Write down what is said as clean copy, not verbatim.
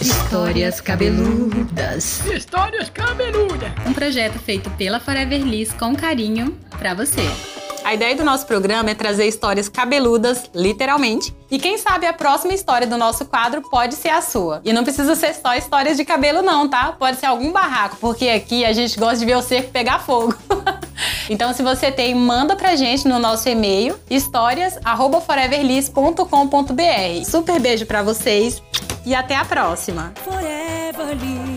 Histórias cabeludas. Histórias cabeludas. Um projeto feito pela Forever Liss com carinho pra você. A ideia do nosso programa é trazer histórias cabeludas, literalmente. E quem sabe a próxima história do nosso quadro pode ser a sua. E não precisa ser só histórias de cabelo não, tá? Pode ser algum barraco, porque aqui a gente gosta de ver o cerco pegar fogo. Então, se você tem, manda pra gente no nosso e-mail, histórias@foreverliss.com.br. Super beijo pra vocês e até a próxima! Forever Liss.